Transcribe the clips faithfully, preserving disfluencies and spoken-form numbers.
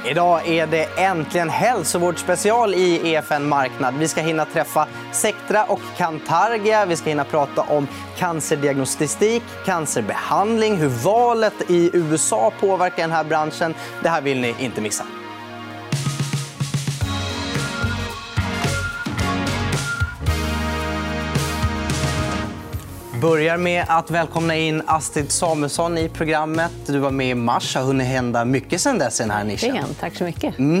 Idag är det äntligen hälsovårdsspecial i E F N Marknad. Vi ska hinna träffa Sectra och Cantargia. Vi ska hinna prata om cancerdiagnostik, cancerbehandling, hur valet i U S A påverkar den här branschen. Det här vill ni inte missa. Börjar med att välkomna in Astrid Samuelsson i programmet. Du var med i mars. Har hunnit hända mycket sedan dess i den här nischen. Tack så mycket. Mm.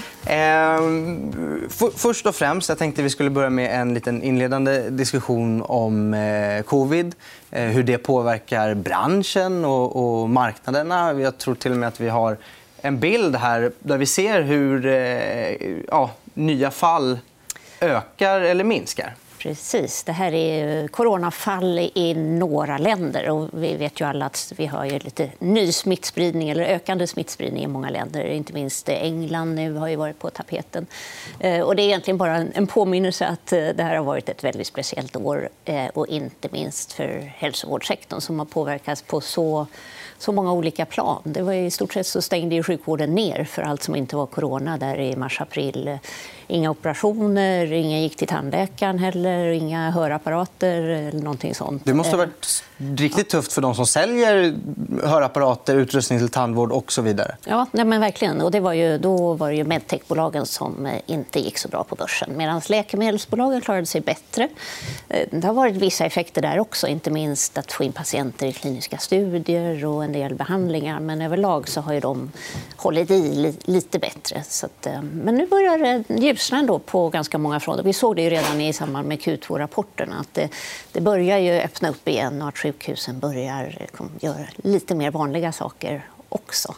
Eh, för, först och främst, jag tänkte vi skulle börja med en liten inledande diskussion om eh, covid. Eh, hur det påverkar branschen och, och marknaderna. Jag tror till och med att vi har en bild här där vi ser hur eh, ja, nya fall ökar eller minskar. Precis. Det här är coronafall i några länder. Och vi vet ju alla att vi har ju lite ny smittspridning eller ökande smittspridning i många länder. Inte minst England nu har ju varit på tapeten. Och det är egentligen bara en påminnelse att det här har varit ett väldigt speciellt år. Och inte minst för hälsovårdssektorn som har påverkats på så, så många olika plan. Det var i stort sett så stängde ju sjukvården ner för allt som inte var corona där i mars-april. Inga operationer, ingen gick till tandläkaren heller, inga hörapparater eller någonting sånt. Det måste ha varit riktigt tufft för de som säljer hörapparater, utrustning till tandvård och så vidare. Ja, nej men verkligen. Och det var ju, då var det ju medtechbolagen som inte gick så bra på börsen. Medan läkemedelsbolagen klarade sig bättre. Det har varit vissa effekter där också, inte minst att få in patienter i kliniska studier och en del behandlingar. Men överlag så har ju de hållit i lite bättre. Så att, men nu börjar det ljusna ändå på ganska många fronter. Vi såg det ju redan i samband med Q två-rapporten att det, det börjar ju öppna upp igen och att sjukhusen börjar göra lite mer vanliga saker också.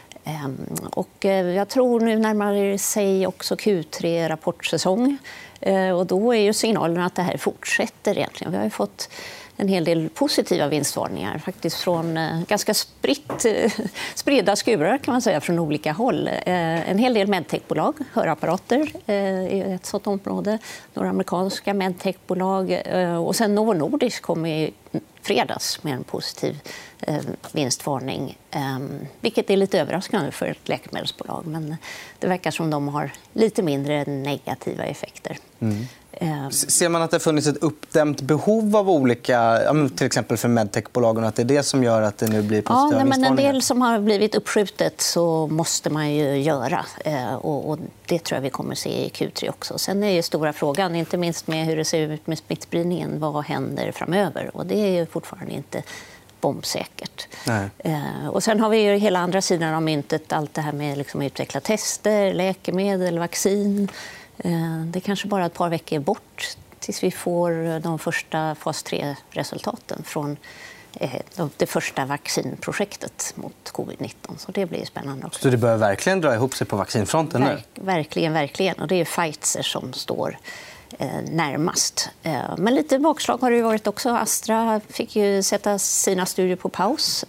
Och jag tror nu närmar sig också Q tre-rapportsäsong. Och då är ju signalen att det här fortsätter egentligen. Vi har ju fått en hel del positiva vinstvarningar faktiskt från ganska spritt, spridda skurar kan man säga från olika håll. En hel del medtechbolag, hörapparater i ett sådant område, några amerikanska medtechbolag och sen Novo Nordisk kom i fredags med en positiv vinstvarning, vilket är lite överraskande för ett läkemedelsbolag, men det verkar som de har lite mindre negativa effekter. Mm. Ser man att det har funnits ett uppdämt behov av olika, till exempel för medtechbolagen, att det är det som gör att det nu blir positiva ja, men en vinstvarningar? del som har blivit uppskjutet så måste man ju göra och, och det tror jag vi kommer se i Q tre också. Sen är ju stora frågan, inte minst med hur det ser ut med smittspridningen, vad händer framöver? Och det är ju fortfarande inte bombsäkert. Eh, och sen har vi ju hela andra sidan av myntet, allt det här med liksom utveckla tester, läkemedel, vaccin. Eh, det är kanske bara ett par veckor bort tills vi får de första fas tre-resultaten från eh, det första vaccinprojektet mot covid nitton. Så det blir spännande också. Så det börjar verkligen dra ihop sig på vaccinfronten nu? Verk, verkligen, verkligen. Och det är Pfizer som står närmast. Men lite bakslag har det varit också. Astra fick ju sätta sina studier på paus.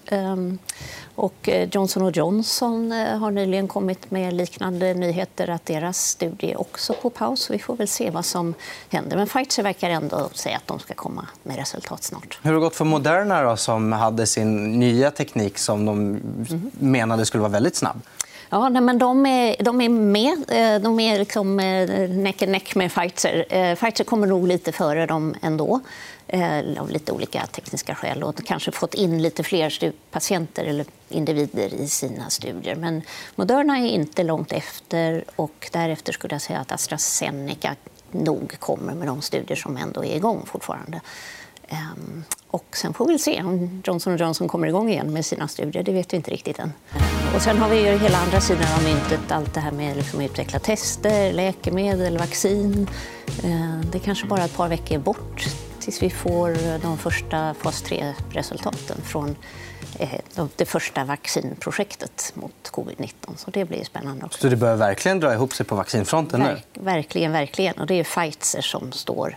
Och Johnson och Johnson har nyligen kommit med liknande nyheter att deras studie är också på paus. Vi får väl se vad som händer. Men Pfizer verkar ändå säga att de ska komma med resultat snart. Hur har det gått för Moderna då, som hade sin nya teknik som de mm. menade skulle vara väldigt snabb? Ja, nej, men de är, de är med. De är liksom neck and neck med Pfizer. Pfizer kommer nog lite före dem ändå av lite olika tekniska skäl och kanske fått in lite fler patienter eller individer i sina studier. Men Moderna är inte långt efter och därefter skulle jag säga att AstraZeneca nog kommer med de studier som ändå är igång fortfarande. Um, och sen får vi se om Johnson och Johnson kommer igång igen med sina studier. Det vet vi inte riktigt än. Um, och sen har vi ju hela andra sidan av myntet, allt det här med liksom utveckla tester, läkemedel, vaccin. Uh, det är kanske bara ett par veckor bort tills vi får de första fas tre-resultaten från uh, det första vaccinprojektet mot covid nitton. Så det blir spännande också. Så det börjar verkligen dra ihop sig på vaccinfronten nu? Verk, verkligen, verkligen. Och det är Pfizer som står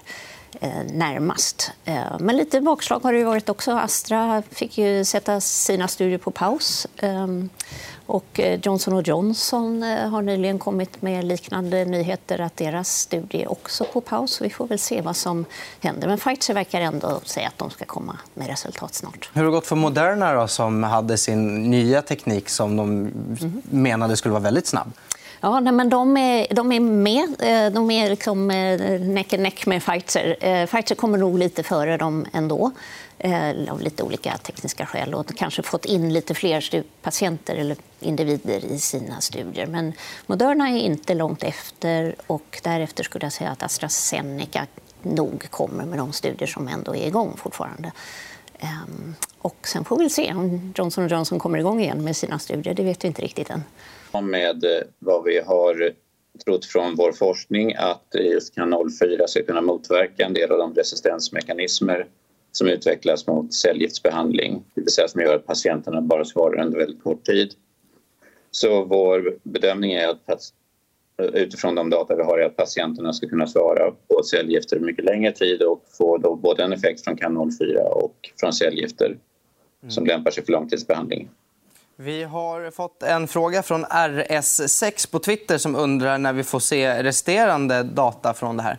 närmast. Men lite bakslag har det varit också. Astra fick ju sätta sina studier på paus. Och Johnson och Johnson har nyligen kommit med liknande nyheter att deras studie är också på paus. Vi får väl se vad som händer. Men Pfizer verkar ändå säga att de ska komma med resultat snart. Hur har det gått för Moderna då, som hade sin nya teknik som de mm. menade skulle vara väldigt snabb? Ja, nej, men de är, de är med. De är liksom neck and neck med Pfizer. Pfizer kommer nog lite före dem ändå, av lite olika tekniska skäl, och kanske fått in lite fler patienter eller individer i sina studier. Men Moderna är inte långt efter, och därefter skulle jag säga att AstraZeneca nog kommer med de studier som ändå är igång fortfarande. Och sen får vi se om Johnson och Johnson kommer igång igen med sina studier. Det vet vi inte riktigt än. Med vad vi har trott från vår forskning att just kan noll fyra ska kunna motverka en del av de resistensmekanismer som utvecklas mot cellgiftsbehandling, det vill säga som gör att patienterna bara svarar under väldigt kort tid. Så vår bedömning är att utifrån de data vi har är att patienterna ska kunna svara på cellgifter mycket längre tid och få då både en effekt från kan noll fyra och från cellgifter mm. som lämpar sig för långtidsbehandling. Vi har fått en fråga från R S sex på Twitter som undrar när vi får se resterande data från det här.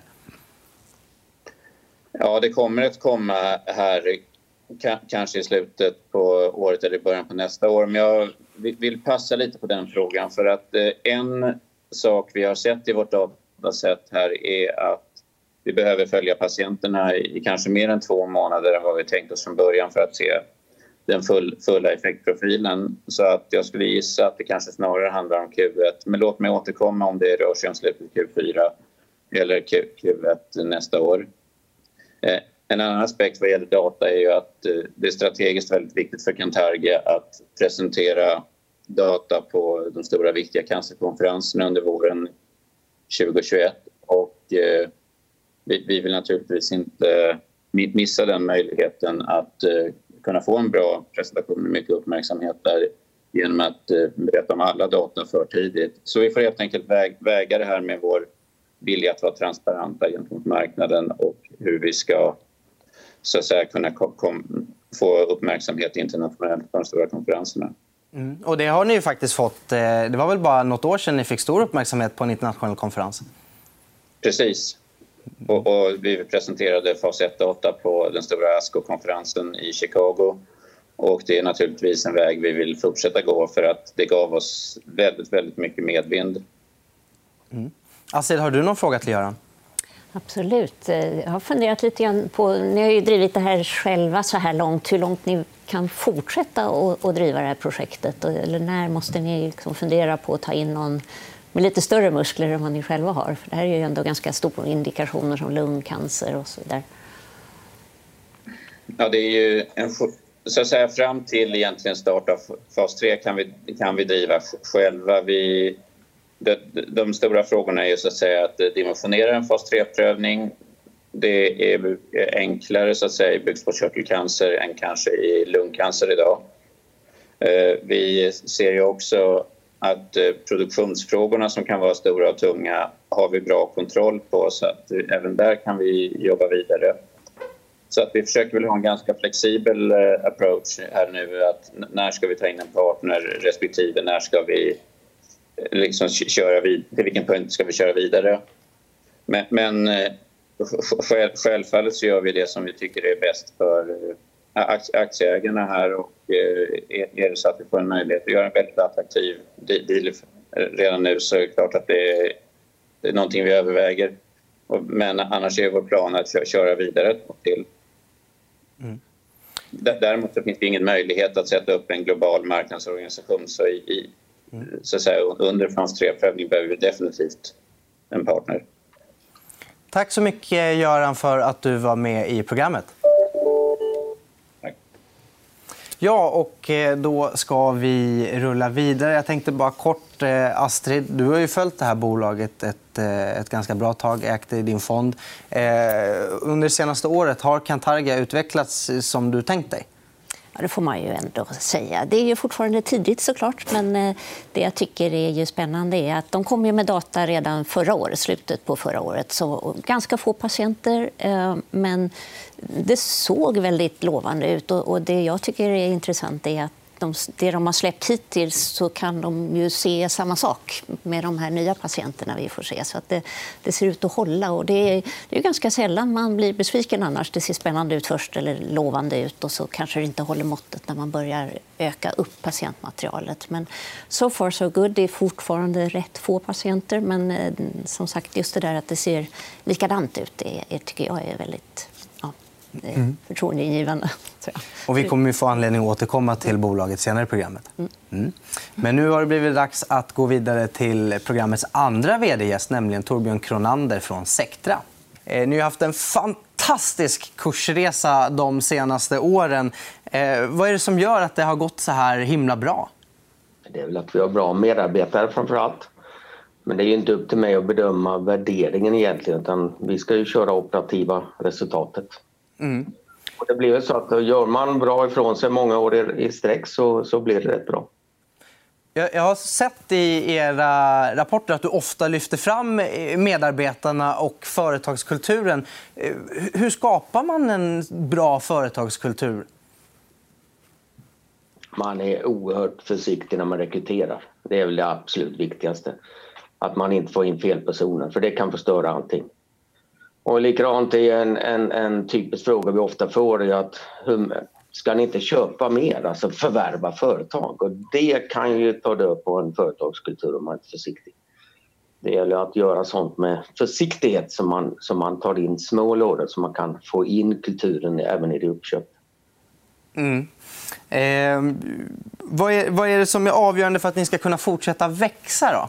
Ja, det kommer att komma här kanske i slutet på året eller i början på nästa år. Men jag vill passa lite på den frågan, för att en sak vi har sett i vårt datasätt här är att vi behöver följa patienterna i kanske mer än två månader än vad vi tänkt oss från början för att se den full, fulla effektprofilen. Så att jag skulle gissa att det kanske snarare handlar om Q ett. Men låt mig återkomma om det rör sig om slutet Q fyra eller Q ett nästa år. Eh, en annan aspekt vad gäller data är ju att eh, det är strategiskt väldigt viktigt för Cantargia att presentera data på de stora viktiga cancerkonferenserna under våren tjugohundratjugoett. Och eh, vi, vi vill naturligtvis inte missa den möjligheten att eh, kunna få en bra presentation med mycket uppmärksamhet där genom att eh, berätta om alla data för tidigt. Så vi får helt enkelt väg, väga det här med vår vilja att vara transparenta gentemot marknaden och hur vi ska så att säga kunna kom, kom, få uppmärksamhet internationellt på de stora konferenserna. Mm. Och det har ni ju faktiskt fått. Det var väl bara något år sedan ni fick stor uppmärksamhet på en internationell konferens? Precis. Och, och vi presenterade fas ett-data på den stora ASCO-konferensen i Chicago. Och det är naturligtvis en väg vi vill fortsätta gå för att det gav oss väldigt, väldigt mycket medvind. Mm. Astrid, har du någon fråga till Göran? Absolut. Jag har funderat lite grann på, ni har ju drivit det här själva så här långt, hur långt ni kan fortsätta att driva det här projektet? Eller när måste ni liksom fundera på att ta in någon med lite större muskler än vad ni själva har? För det här är ju ändå ganska stora indikationer som lungcancer och så vidare. Ja, det är ju en, så att säga, fram till egentligen start av fas tre kan vi, kan vi driva själva. Vi, de, de stora frågorna är ju så att säga att dimensionera en fas tre-prövning. Det är enklare så att säga i bukspottkörtelcancer än kanske i lungcancer idag. Vi ser ju också att produktionsfrågorna som kan vara stora och tunga har vi bra kontroll på, så att även där kan vi jobba vidare. Så att vi försöker väl ha en ganska flexibel approach här nu, att när ska vi ta in en partner respektive när ska vi liksom köra vid, till vilken punkt ska vi köra vidare. Men, men självfallet så gör vi det som vi tycker är bäst för aktieägarna här, och är det så att vi får en möjlighet att göra en väldigt attraktiv deal redan nu så är det klart att det är, det är någonting vi överväger. Men annars är vår plan att köra vidare till. Mm. Däremot så finns det ingen möjlighet att sätta upp en global marknadsorganisation, så i, mm. så att säga, under fas tre-prövning behöver vi definitivt en partner. Tack så mycket Göran för att du var med i programmet. Tack. Ja, och då ska vi rulla vidare. Jag tänkte bara kort, Astrid, du har ju följt det här bolaget ett, ett ganska bra tag, ägt i din fond. Under det senaste året, har Cantargia utvecklats som du tänkt dig? Ja, det får man ju ändå säga. Det är ju fortfarande tidigt såklart, men det jag tycker är ju spännande är att de kom ju med data redan förra året, slutet på förra året. Så ganska få patienter, men det såg väldigt lovande ut. Och det jag tycker är intressant är att de, det de har släppt hittills så kan de ju se samma sak med de här nya patienterna vi får se. Så att det, det ser ut att hålla. Och det, är, det är ganska sällan man blir besviken annars. Det ser spännande ut först eller lovande ut och så kanske det inte håller måttet när man börjar öka upp patientmaterialet. Men so far so good. Det är fortfarande rätt få patienter. Men eh, som sagt, just det där att det ser likadant ut, det, det tycker jag är väldigt... Mm. förtroendeingivande. Och vi kommer ju få anledning att återkomma till bolaget senare i programmet. Mm. Mm. Men nu har det blivit dags att gå vidare till programmets andra vd-gäst, nämligen Torbjörn Kronander från Sectra. Eh, ni har haft en fantastisk kursresa de senaste åren. Eh, vad är det som gör att det har gått så här himla bra? Det är väl att vi har bra medarbetare framför allt. Men det är ju inte upp till mig att bedöma värderingen egentligen, utan vi ska ju köra operativa resultatet. Mm. Och det blir väl så att gör man bra ifrån sig många år i sträck så, så blir det rätt bra. Jag, jag har sett i era rapporter att du ofta lyfter fram medarbetarna och företagskulturen. Hur skapar man en bra företagskultur? Man är oerhört försiktig när man rekryterar. Det är väl det absolut viktigaste. Att man inte får in fel personer, för det kan förstöra allting. Och likadant är en, en, en typisk fråga vi ofta får är att hur, ska ni inte köpa mer, alltså förvärva företag? Och det kan ju ta död på en företagskultur om man är inte försiktig. Det gäller att göra sånt med försiktighet som man, som man tar in små lådor så man kan få in kulturen även i det uppköp. Mm. Eh, vad, är, vad är det som är avgörande för att ni ska kunna fortsätta växa då?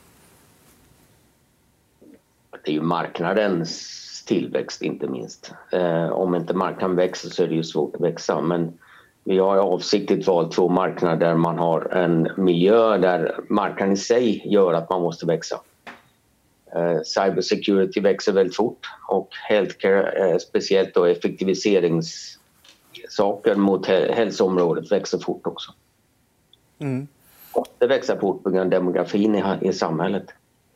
Det är ju marknadens tillväxt inte minst. Eh, om inte marknaden växer så är det ju svårt att växa. Men vi har avsiktligt valt två marknader där man har en miljö där marknaden i sig gör att man måste växa. Eh, cybersecurity växer väldigt fort och healthcare, eh, speciellt då effektiviseringssaker mot hälsoområdet växer fort också. Mm. Och det växer fort på grund av demografin i, i samhället.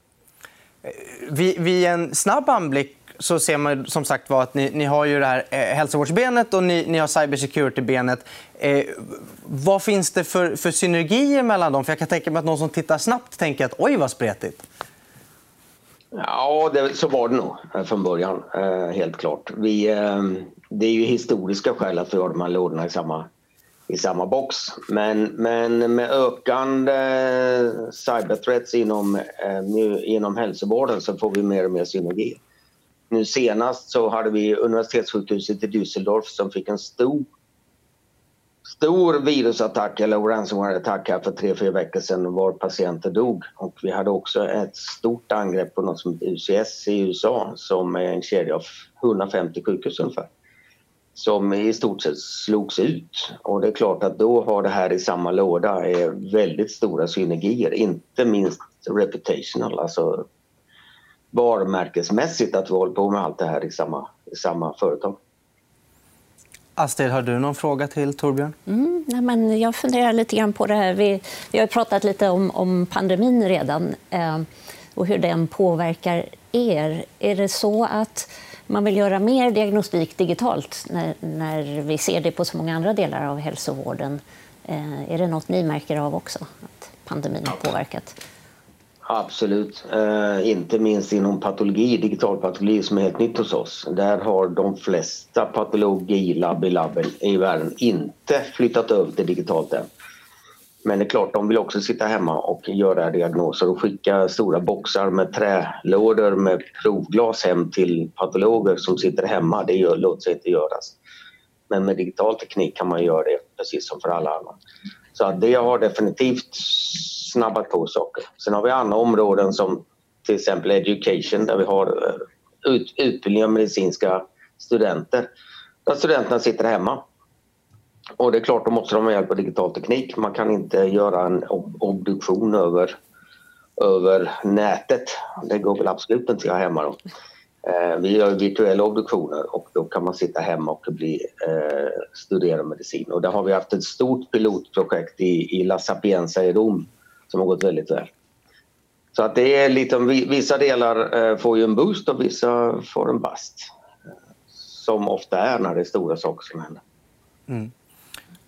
Vid, vid en snabb anblick så ser man som sagt var att ni, ni har ju det här eh, hälsovårdsbenet och ni, ni har cybersecurity-benet. Eh, vad finns det för, för synergier mellan dem? För jag kan tänka mig att någon som tittar snabbt tänker att oj vad spretigt. Ja, det, så var det nog från början, eh, helt klart. Vi, eh, det är ju historiska skäl att vi har de här lådorna i samma, i samma box. Men, men med ökande cyberthreats inom, eh, inom hälsovården så får vi mer och mer synergi. Nu senast så hade vi universitetssjukhuset i Düsseldorf som fick en stor, stor virusattack eller ransomware-attack här för tre, fyra veckor sedan var patienter dog. Och vi hade också ett stort angrepp på något som heter U C S i U S A som är en kedja av hundrafemtio sjukhus ungefär. Som i stort sett slogs ut. Och det är klart att då har det här i samma låda är väldigt stora synergier. Inte minst reputational, alltså varumärkesmässigt att vi håller på med allt det här i samma, i samma företag. Astrid, har du någon fråga till Torbjörn? Mm, nej, men jag funderar lite grann på det här. Vi, vi har pratat lite om, om pandemin redan eh, och hur den påverkar er. Är det så att man vill göra mer diagnostik digitalt när, när vi ser det på så många andra delar av hälsovården? Eh, är det något ni märker av också, att pandemin har påverkat? Absolut. Eh, inte minst inom patologi, digital patologi som är helt nytt hos oss. Där har de flesta patologilabb i labben i världen inte flyttat över till digitalt än. Men det är klart, de vill också sitta hemma och göra diagnoser och skicka stora boxar med trälådor med provglas hem till patologer som sitter hemma. Det gör, låter sig inte göras. Men med digital teknik kan man göra det precis som för alla andra. Så att det har definitivt snabbat på saker. Sen har vi andra områden som till exempel education där vi har ut, utbildning av medicinska studenter. Där studenterna sitter hemma. Och det är klart, då måste de ha hjälp av digital teknik. Man kan inte göra en ob- obduktion över, över nätet. Det går väl absolut inte att hemma då. Eh, vi gör virtuella obduktioner och då kan man sitta hemma och bli, eh, studera medicin. Och där har vi haft ett stort pilotprojekt i, i La Sapienza i Rom som har gått väldigt väl. Så att det är lite, vissa delar eh, får ju en boost och vissa får en bust. Eh, som ofta är när det är stora saker som händer. Mm.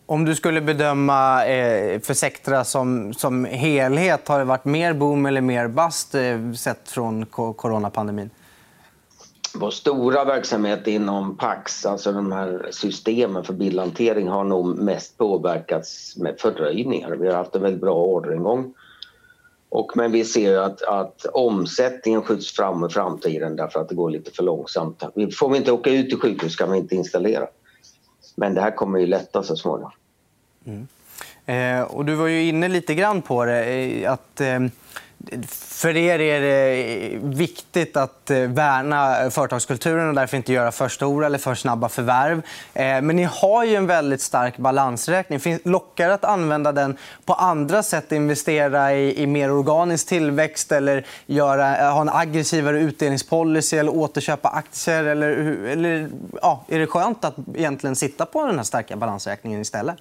Om du skulle bedöma eh, för Sectra som, som helhet, har det varit mer boom eller mer bust eh, sett från ko- coronapandemin? Vår stora verksamhet inom Pax, alltså de här systemen för bildhantering, har nog mest påverkats med fördröjningar. Vi har haft en väldigt bra orderingång. Och, men vi ser att, att omsättningen skjuts fram i framtiden därför att det går lite för långsamt. Får vi inte åka ut till sjukhus kan vi inte installera. Men det här kommer ju lätta så småningom. Mm. Eh, och du var ju inne lite grann på det. Att, eh, för er är det viktigt att värna företagskulturen och därför inte göra för stora eller för snabba förvärv. Eh, men ni har ju en väldigt stark balansräkning. Finns, lockar att använda den på andra sätt, investera i, i mer organisk tillväxt eller göra, ha en aggressivare utdelningspolicy eller återköpa aktier? Eller, eller ja, är det skönt att egentligen sitta på den här starka balansräkningen istället?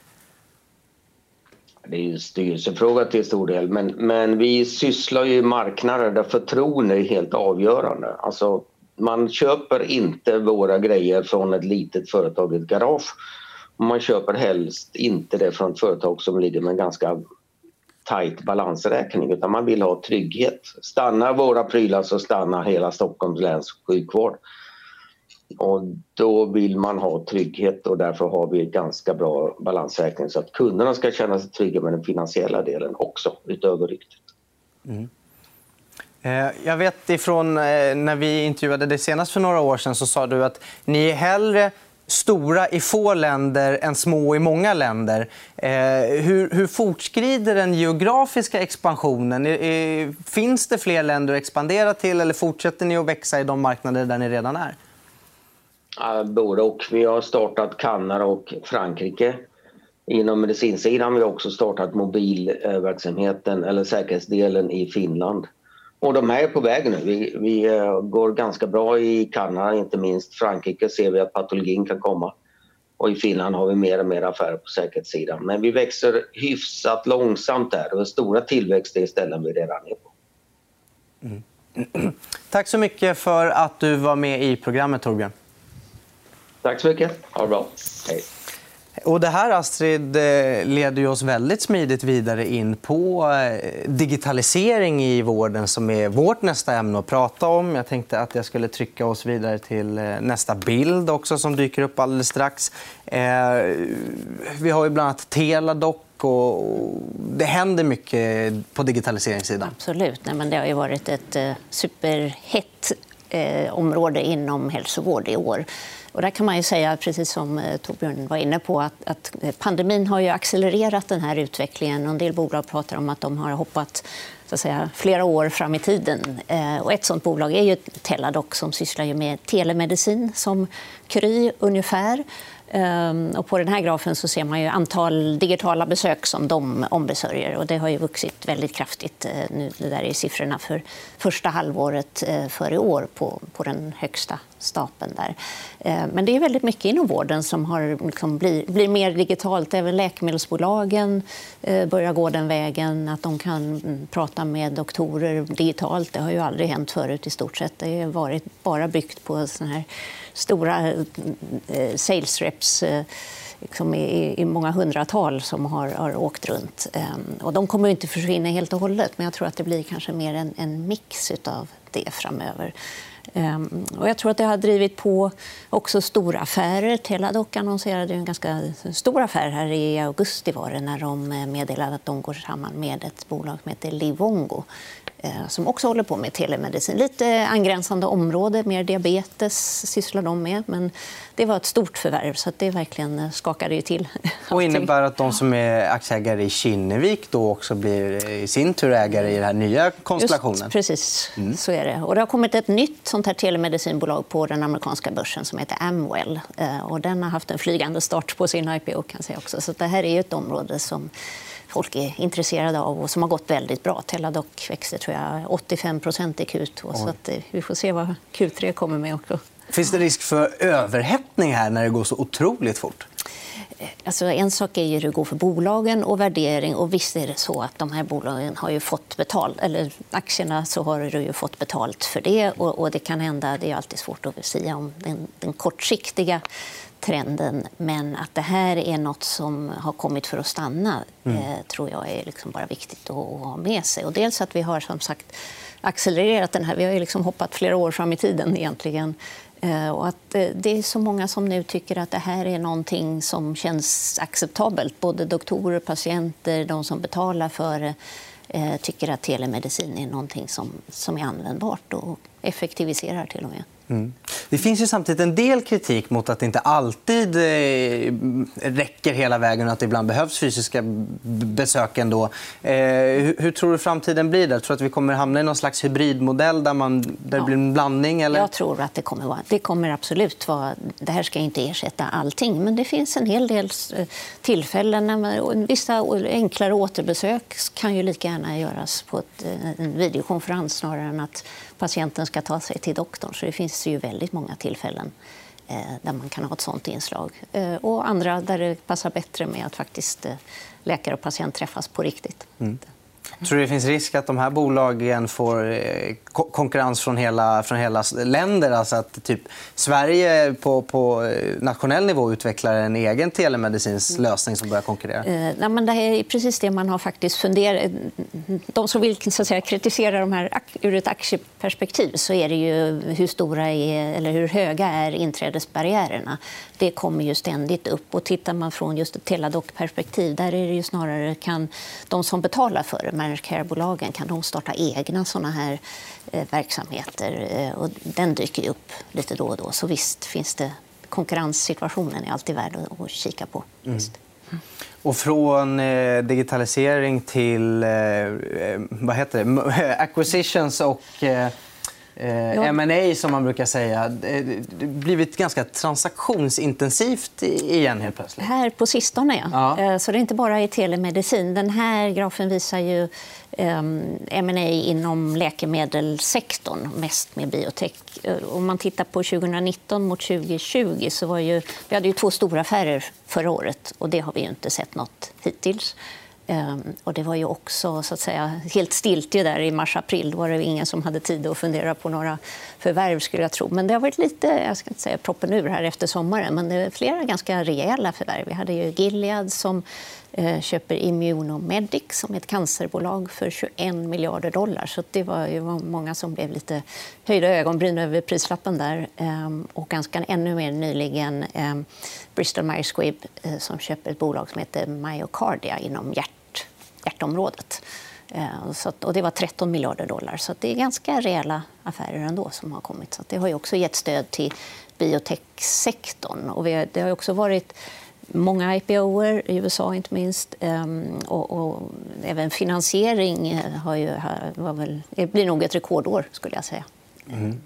Det är ju en styrelsefråga till stor del, men, men vi sysslar ju i marknader där förtroende är helt avgörande. Alltså, man köper inte våra grejer från ett litet företag i ett garage. Man köper helst inte det från ett företag som ligger med en ganska tajt balansräkning, utan man vill ha trygghet. Stannar våra prylar så stannar hela Stockholms läns sjukvård. Och då vill man ha trygghet och därför har vi ganska bra balansräkning så att kunderna ska känna sig trygga med den finansiella delen också utöver ryktet. Mm. Jag vet ifrån när vi intervjuade dig senast för några år sedan så sa du att ni är hellre stora i få länder än små i många länder. Hur, hur fortskrider den geografiska expansionen? Finns det fler länder att expandera till eller fortsätter ni att växa i de marknader där ni redan är? Både och. Vi har startat Kanada och Frankrike. Inom medicinsidan har vi också startat mobilverksamheten eller säkerhetsdelen i Finland. Och de här är på väg nu. Vi, vi går ganska bra i Kanada, inte minst Frankrike ser vi att patologin kan komma. Och i Finland har vi mer och mer affärer på säkerhetssidan. Men vi växer hyfsat långsamt där och stora tillväxt är ställen vi redan är på. Mm. Tack så mycket för att du var med i programmet, Torbjörn. Tack så mycket. Ha det bra. Hej. Och det här, Astrid, leder ju oss väldigt smidigt vidare in på digitalisering i vården som är vårt nästa ämne att prata om. Jag tänkte att jag skulle trycka oss vidare till nästa bild också som dyker upp alldeles strax. Vi har ju bland annat Teladoc och det händer mycket på digitaliseringssidan. Absolut. Nej, men det har ju varit ett superhett område inom hälsovård i år. Och där kan man ju säga, precis som Torbjörn var inne på, att, att pandemin har ju accelererat den här utvecklingen. En del bolag pratar om att de har hoppat så att säga, flera år fram i tiden. Eh, och ett sådant bolag är ju Teladoc som sysslar ju med telemedicin som Kry ungefär. Och på den här grafen så ser man ju antal digitala besök som de ombesörjer. Och det har ju vuxit väldigt kraftigt. Nu, det där är siffrorna för första halvåret för i år på, på den högsta stapeln där. Men det är väldigt mycket inom vården som har, liksom, blir, blir mer digitalt. Även läkemedelsbolagen börjar gå den vägen. Att de kan prata med doktorer digitalt. Det har ju aldrig hänt förut i stort sett. Det har varit bara byggt på sån här stora eh, sales reps eh, liksom i, i många hundratal som har, har åkt runt. Eh, och de kommer ju inte försvinna helt och hållet, men jag tror att det blir kanske mer en, en mix av det framöver. Eh, och jag tror att det har drivit på också stora affärer. Teladoc annonserade en ganska stor affär här i augusti var det när de meddelade att de går samman med ett bolag som heter Livongo, som också håller på med telemedicin. Lite angränsande område, mer diabetes sysslar de med. Men det var ett stort förvärv så att det verkligen skakade ju till. Och innebär att de som är aktieägare i Kinnevik då också blir i sin tur ägare i den här nya konstellationen? Just, precis, mm. så är det. Och det har kommit ett nytt sånt här telemedicinbolag på den amerikanska börsen som heter Amwell. Och den har haft en flygande start på sin I P O kan jag säga också. Så det här är ju ett område som folk är intresserade av och som har gått väldigt bra. Teladoc växte tror jag åttiofem procent i Q två. Oj. Så att vi får se vad Q tre kommer med också. Finns det risk för överhettning här när det går så otroligt fort? Alltså en sak är ju hur det går för bolagen och värdering. Och visst är det så att de här bolagen har ju fått betalt, eller aktierna så har du ju fått betalt för det. Och, och det kan hända, det är alltid svårt att säga om den, den kortsiktiga trenden. Men att det här är något som har kommit för att stanna Mm. eh, tror jag är liksom bara viktigt att, att ha med sig. Och dels att vi har som sagt accelererat den här. Vi har ju liksom hoppat flera år fram i tiden egentligen. Eh, och att eh, det är så många som nu tycker att det här är någonting som känns acceptabelt. Både doktorer, patienter, de som betalar för det eh, tycker att telemedicin är någonting som, som är användbart och effektiviserar till och med. Mm. Det finns ju samtidigt en del kritik mot att det inte alltid eh, räcker hela vägen och att det ibland behövs fysiska besök ändå. Eh, hur, hur tror du framtiden blir där? Tror du att vi kommer hamna i någon slags hybridmodell där, man, där ja. det blir en blandning? Eller? Jag tror att det kommer vara. Det kommer absolut vara. Det här ska inte ersätta allting, men det finns en hel del tillfällen när man, vissa enklare återbesök kan ju lika gärna göras på ett, en videokonferens snarare än att patienten ska ta sig till doktorn. Så det finns ju väldigt många tillfällen eh, där man kan ha ett sånt inslag. Eh, och andra där det passar bättre med att faktiskt eh, läkare och patient träffas på riktigt. Mm. Tror du det finns risk att de här bolagen får eh, konkurrens från hela, från hela länder? Alltså att typ Sverige på, på nationell nivå utvecklar en egen telemedicinsk lösning som börjar konkurrera? Eh, nej, men det är precis det man har faktiskt funderat. De som vill så att säga, kritisera de här ur ett aktieperspektiv så är det ju hur stora är, eller hur höga är inträdesbarriärerna. Det kommer ju ständigt upp. Och tittar man från just ett Teladoc-perspektiv, där är det ju snarare kan de som betalar för det, managed care-bolagen, kan de starta egna såna här eh, verksamheter. Eh, och den dyker ju upp lite då och då. Så visst finns det, konkurrenssituationen är alltid värd att, att kika på. Mm. Mm. Och från eh, digitalisering till eh, vad heter det? acquisitions och eh, Eh, M and A som man brukar säga, det har blivit ganska transaktionsintensivt igen helt plötsligt. Här på sistone, ja. Ja. Så det är inte bara i telemedicin. Den här grafen visar ju um, M and A inom läkemedelssektorn, mest med biotech. Om man tittar på tjugonitton mot tjugohundratjugo så var ju, vi hade ju två stora affärer förra året och det har vi ju inte sett något hittills. Um, och det var ju också så att säga helt stiltje där i mars-april. Då var det ingen som hade tid att fundera på några förvärv skulle jag tro. Men det har varit lite, jag ska inte säga proppen ur här efter sommaren, men det är flera ganska rejäla förvärv. Vi hade ju Gilead som eh, köper Immunomedic som är ett cancerbolag för tjugoen miljarder dollar. Så det var ju många som blev lite höjda ögonbryn över prislappen där. Um, och ganska ännu mer nyligen um, Bristol Myers Squibb eh, som köper ett bolag som heter Myocardia inom hjärt hjärtområdet. Så, och det var tretton miljarder dollar. Så det är ganska rejäla affärer ändå som har kommit. Så det har ju också gett stöd till biotechsektorn. Och vi har, det har också varit många I P O-er i U S A inte minst. Och, och även finansiering har ju, var väl, det blir nog ett rekordår skulle jag säga. Mm.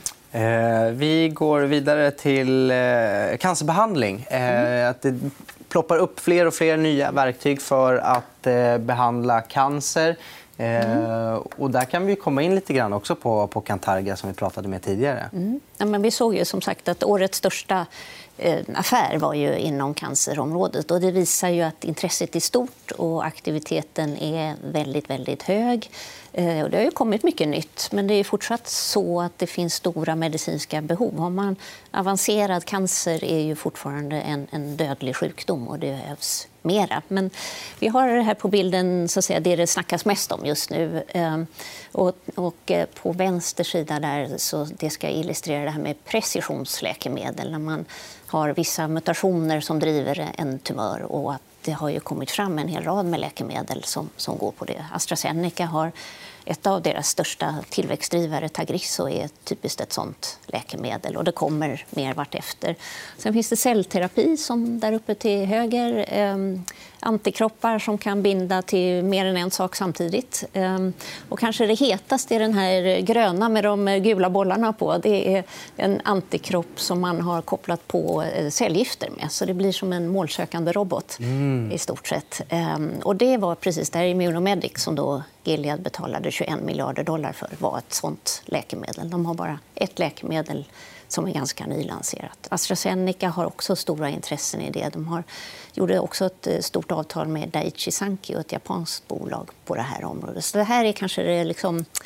Eh, vi går vidare till eh, cancerbehandling. Eh, mm. Att det ploppar upp fler och fler nya verktyg för att eh, behandla cancer. Eh, mm. Och där kan vi komma in lite grann också på, på Cantargia som vi pratade med tidigare. Mm. Ja, men vi såg ju som sagt att årets största eh, affär var ju inom cancerområdet. Och det visar ju att intresset är stort och aktiviteten är väldigt, väldigt hög. Eh, och det har ju kommit mycket nytt, men det är fortsatt så att det finns stora medicinska behov. Har man avancerad cancer är ju fortfarande en, en dödlig sjukdom och det behövs mera. Men vi har det här på bilden, så att säga, det det snackas mest om just nu. Eh, och, och på vänster sida där så det ska illustrera det här med precisionsläkemedel när man har vissa mutationer som driver en tumör och att det har ju kommit fram en hel rad med läkemedel som, som går på det. AstraZeneca har ett av deras största tillväxtdrivare, Tagrisso, är typiskt ett sånt läkemedel och det kommer mer vart efter. Sen finns det cellterapi som där uppe till höger, eh, antikroppar som kan binda till mer än en sak samtidigt. Eh, och kanske det hetaste är den här gröna med de gula bollarna på. Det är en antikropp som man har kopplat på cellgifter med. Så det blir som en målsökande robot mm. i stort sett. Eh, och det var precis det här Immunomedic som då Gilead betalade tjugoen miljarder dollar för var ett sånt läkemedel. De har bara ett läkemedel som är ganska nylanserat. AstraZeneca har också stora intressen i det. De har, gjorde också ett stort avtal med Daiichi Sankyo, ett japanskt bolag på det här området. Så det här är kanske det liksom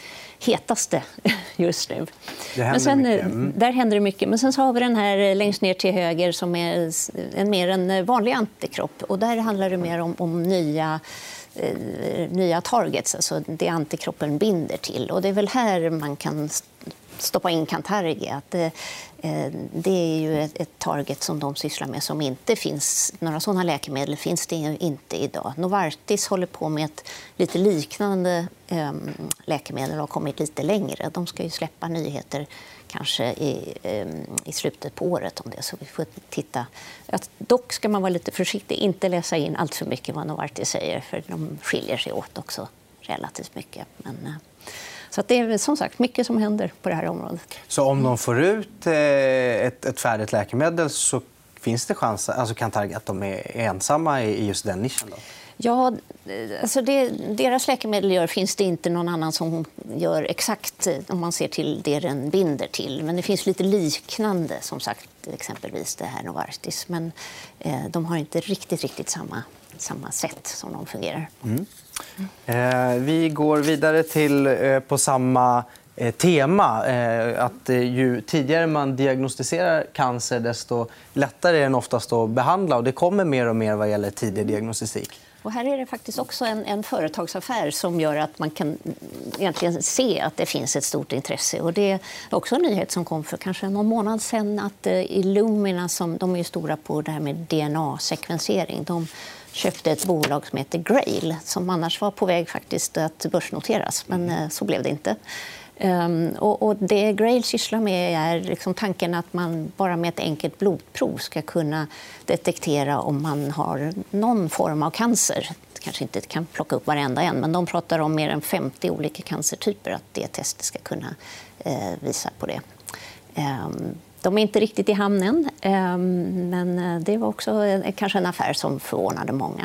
hetaste just nu. Det händer Men sen, mycket. Mm. Där händer det mycket. Men sen så har vi den här längst ner till höger som är en mer en vanlig antikropp. Och där handlar det mer om, om nya, eh, nya targets, alltså det antikroppen binder till. Och det är väl här man kan stoppa in Cantargia. Att, eh, det är ju ett, ett target som de sysslar med som inte finns. Några sådana läkemedel finns det ju inte idag. Novartis håller på med ett lite liknande eh, läkemedel och har kommit lite längre. De ska ju släppa nyheter kanske i, eh, i slutet på året om det. Så vi får titta. Att, dock ska man vara lite försiktig. Inte läsa in allt för mycket vad Novartis säger. För de skiljer sig åt också relativt mycket. Men, eh, Så att det är som sagt mycket som händer på det här området. Så om de får ut ett, ett färdigt läkemedel så finns det chans alltså Cantargia, att de är ensamma i just den nischen? Då? Ja, alltså det deras läkemedel gör finns det inte någon annan som gör exakt om man ser till det den binder till. Men det finns lite liknande, som sagt, exempelvis det här Novartis. Men eh, de har inte riktigt, riktigt samma, samma sätt som de fungerar. Mm. Eh, vi går vidare till eh, på samma eh, tema. Eh, att eh, ju tidigare man diagnostiserar cancer desto lättare är den oftast att behandla. Och det kommer mer och mer vad gäller tidig diagnostik. Och här är det faktiskt också en, en företagsaffär som gör att man kan egentligen se att det finns ett stort intresse. Och det är också en nyhet som kom för kanske någon månad sedan att eh, Illumina, som de är ju stora på det här med D N A-sekvensering, de köpte ett bolag som heter Grail som annars var på väg faktiskt att börsnoteras, men eh, så blev det inte. Um, och, och det Grail sysslar med är liksom tanken att man bara med ett enkelt blodprov ska kunna detektera om man har någon form av cancer. Kanske inte kan plocka upp varenda en, men de pratar om mer än femtio olika cancertyper, att det testet ska kunna eh, visa på det. Um, de är inte riktigt i hamnen, um, men det var också en, kanske en affär som förvånade många.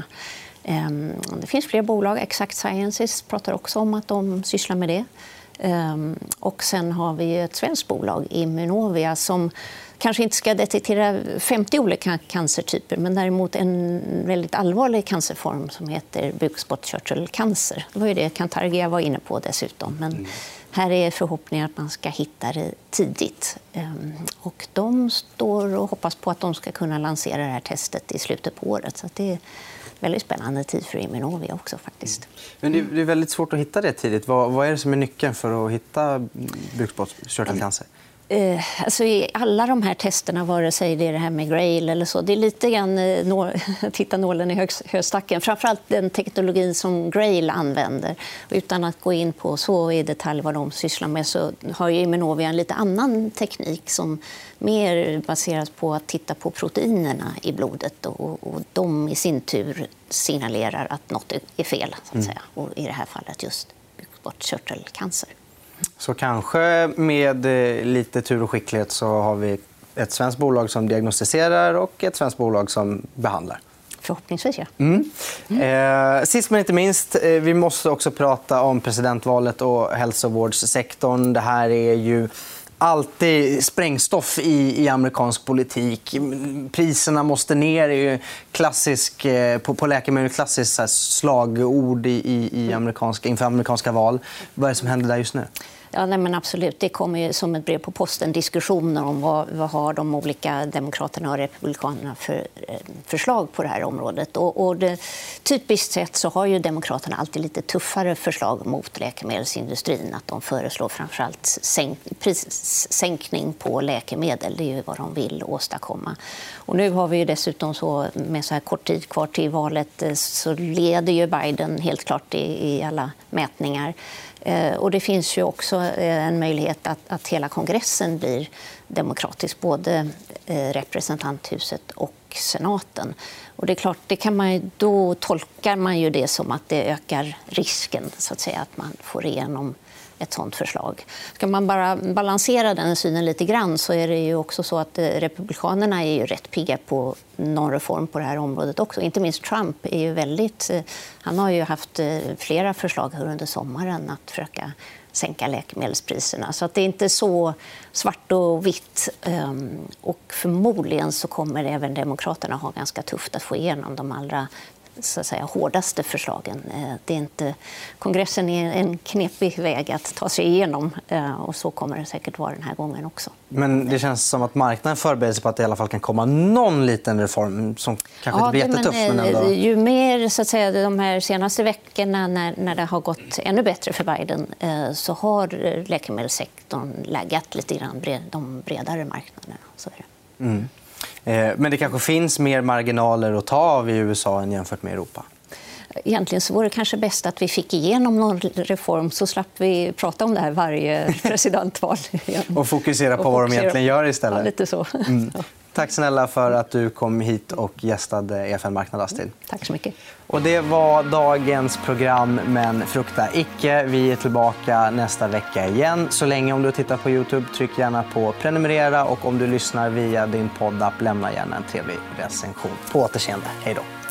Um, det finns fler bolag. Exact Sciences pratar också om att de sysslar med det. Um, och sen har vi ett svenskt bolag, Immunovia, som kanske inte ska detektera femtio olika cancertyper, men däremot en väldigt allvarlig cancerform som heter bukspottkörtelcancer. Det var ju det Cantargia var inne på dessutom. Men mm. här är förhoppningen att man ska hitta det tidigt. Um, och de står och hoppas på att de ska kunna lansera det här testet i slutet på året. Så att det är väldigt spännande tid för Immunovia också faktiskt. Men det är väldigt svårt att hitta det tidigt. Vad, vad är det som är nyckeln för att hitta bukspottkörtelcancer? Eh, alltså i alla de här testerna, vare sig det är det här med Grail eller så, det är lite grann eh, nå, titta nålen i hög, högstacken. Framförallt den teknologin som Grail använder. Utan att gå in på så i detalj vad de sysslar med, så har ju Immunovia en lite annan teknik som mer baseras på att titta på proteinerna i blodet, och, och de i sin tur signalerar att något är fel, så att säga. Och i det här fallet just bukspottkörtelcancer. Så kanske med lite tur och skicklighet så har vi ett svenskt bolag som diagnostiserar och ett svenskt bolag som behandlar. Förhoppningsvis, ja. Mm. Mm. Eh, sist men inte minst, eh, vi måste också prata om presidentvalet och hälsovårdssektorn. Det här är ju alltid sprängstoff i, i amerikansk politik. Priserna måste ner. Det är ju klassisk, eh, på, på läkemedel klassiskt så här, slagord i, i, i amerikanska, inför amerikanska val. Vad är det som händer där just nu? Ja, nej, men absolut. Det kommer ju som ett brev på posten diskussioner om vad, vad har de olika demokraterna och republikanerna för eh, förslag på det här området. Och, och det, typiskt sett så har ju demokraterna alltid lite tuffare förslag mot läkemedelsindustrin. Att de föreslår framförallt sänk, prissänkning på läkemedel. Det är ju vad de vill åstadkomma. Och nu har vi ju dessutom så, med så här kort tid kvar till valet, så leder ju Biden helt klart i, i alla mätningar. Och det finns ju också en möjlighet att, att hela kongressen blir demokratisk, både representanthuset och senaten. Och det är klart, det kan man, då tolkar man ju det som att det ökar risken, så att säga, att man får igenom ett sånt förslag. Ska man bara balansera den synen lite grann, så är det ju också så att republikanerna är ju rätt pigga på någon reform på det här området också. Inte minst Trump är ju väldigt, han har ju haft flera förslag under sommaren att försöka sänka läkemedelspriserna. Så att det är inte så svart och vitt. Och förmodligen så kommer även demokraterna ha ganska tufft att få igenom de allra så att säga, hårdaste förslagen. Det är inte, kongressen är en knepig väg att ta sig igenom och så kommer det säkert vara den här gången också. Men det känns som att marknaden förbereder sig på att det i alla fall kan komma någon liten reform som kanske ja, inte blir jättetuff. Men, men ändå... Ju mer så att säga, de här senaste veckorna när, när det har gått ännu bättre för Biden så har läkemedelssektorn läggat lite grann bred, de bredare marknaderna. Så är det. Mm. Men det kanske finns mer marginaler att ta av i U S A än jämfört med Europa? Egentligen så vore det kanske bäst att vi fick igenom någon reform så slapp vi prata om det här varje presidentval. Och fokusera på och vad fokusera... de egentligen gör istället. Ja, lite så. Mm. Tack snälla för att du kom hit och gästade E F N-marknad, Astrid. Tack så mycket. Och det var dagens program, men frukta icke. Vi är tillbaka nästa vecka igen. Så länge om du tittar på YouTube, tryck gärna på prenumerera. Och om du lyssnar via din poddapp, lämna gärna en trevlig recension. På återseende. Hej då.